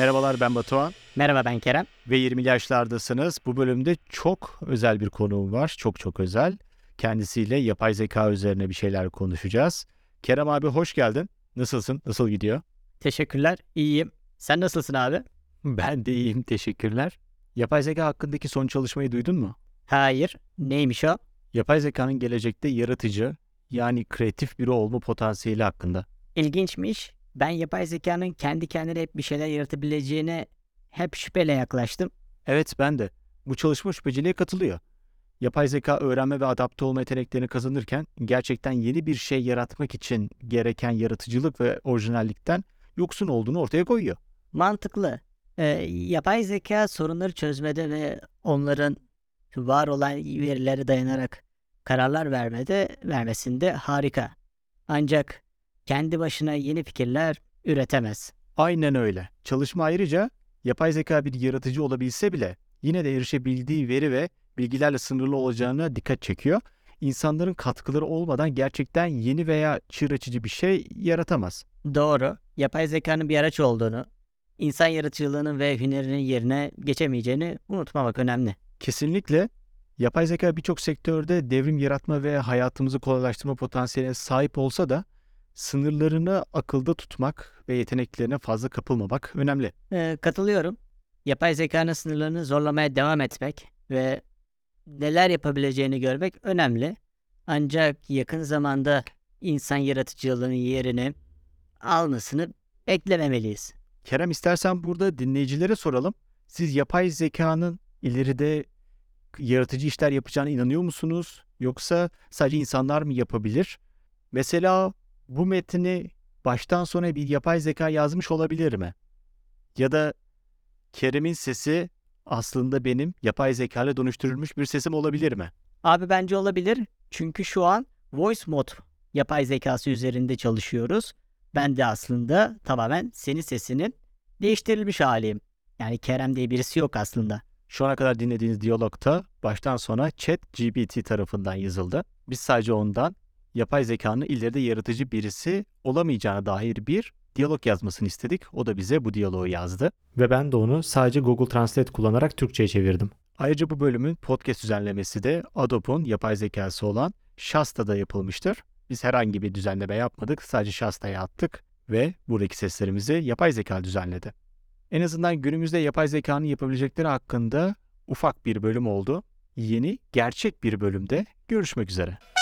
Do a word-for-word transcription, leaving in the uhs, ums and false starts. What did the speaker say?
Merhabalar, ben Batuhan Merhaba, ben Kerem. ve yirmili yaşlardasınız. Bu bölümde çok özel bir konuğum var. Çok çok özel. Kendisiyle yapay zeka üzerine bir şeyler konuşacağız. Kerem abi hoş geldin. Nasılsın? Nasıl gidiyor? Teşekkürler, iyiyim. Sen nasılsın abi? Ben de iyiyim, teşekkürler. Yapay zeka hakkındaki son çalışmayı duydun mu? Hayır. Neymiş o? Yapay zekanın gelecekte yaratıcı, yani kreatif biri olma potansiyeli hakkında. İlginçmiş. Ben yapay zekanın kendi kendine hep bir şeyler yaratabileceğine hep şüpheyle yaklaştım. Evet, ben de. Bu çalışma şüpheciliğe katılıyor. Yapay zeka öğrenme ve adapte olma yeteneklerini kazanırken gerçekten yeni bir şey yaratmak için gereken yaratıcılık ve orijinallikten yoksun olduğunu ortaya koyuyor. Mantıklı. Ee, yapay zeka sorunları çözmede ve onların var olan verilere dayanarak kararlar vermede vermesinde harika. Ancak kendi başına yeni fikirler üretemez. Aynen öyle. Çalışma ayrıca yapay zeka bir yaratıcı olabilse bile yine de erişebildiği veri ve bilgilerle sınırlı olacağına dikkat çekiyor. İnsanların katkıları olmadan gerçekten yeni veya çığır açıcı bir şey yaratamaz. Doğru. Yapay zekanın bir araç olduğunu, insan yaratıcılığının ve hünerinin yerine geçemeyeceğini unutmamak önemli. Kesinlikle yapay zeka birçok sektörde devrim yaratma ve hayatımızı kolaylaştırma potansiyeline sahip olsa da sınırlarını akılda tutmak ve yeteneklerine fazla kapılmamak önemli. Ee, katılıyorum. Yapay zekanın sınırlarını zorlamaya devam etmek ve neler yapabileceğini görmek önemli. Ancak yakın zamanda insan yaratıcılığının yerini almasını beklememeliyiz. Kerem, istersen burada dinleyicilere soralım. Siz yapay zekanın ileride yaratıcı işler yapacağına inanıyor musunuz? Yoksa sadece insanlar mı yapabilir? Mesela bu metni baştan sona bir yapay zeka yazmış olabilir mi? Ya da Kerem'in sesi aslında benim yapay zeka ile dönüştürülmüş bir sesim olabilir mi? Abi bence olabilir. Çünkü şu an Voice Mod yapay zekası üzerinde çalışıyoruz. Ben de aslında tamamen senin sesinin değiştirilmiş haliyim. Yani Kerem diye birisi yok aslında. Şu ana kadar dinlediğiniz diyalogta baştan sona ChatGPT tarafından yazıldı. Biz sadece ondan yapay zekanın ileride yaratıcı birisi olamayacağına dair bir diyalog yazmasını istedik. O da bize bu diyaloğu yazdı. Ve ben de onu sadece Google Translate kullanarak Türkçe'ye çevirdim. Ayrıca bu bölümün podcast düzenlemesi de Adobe'un yapay zekası olan Shasta'da yapılmıştır. Biz herhangi bir düzenleme yapmadık. Sadece Shasta'ya attık ve buradaki seslerimizi yapay zeka düzenledi. En azından günümüzde yapay zekanın yapabilecekleri hakkında ufak bir bölüm oldu. Yeni, gerçek bir bölümde görüşmek üzere.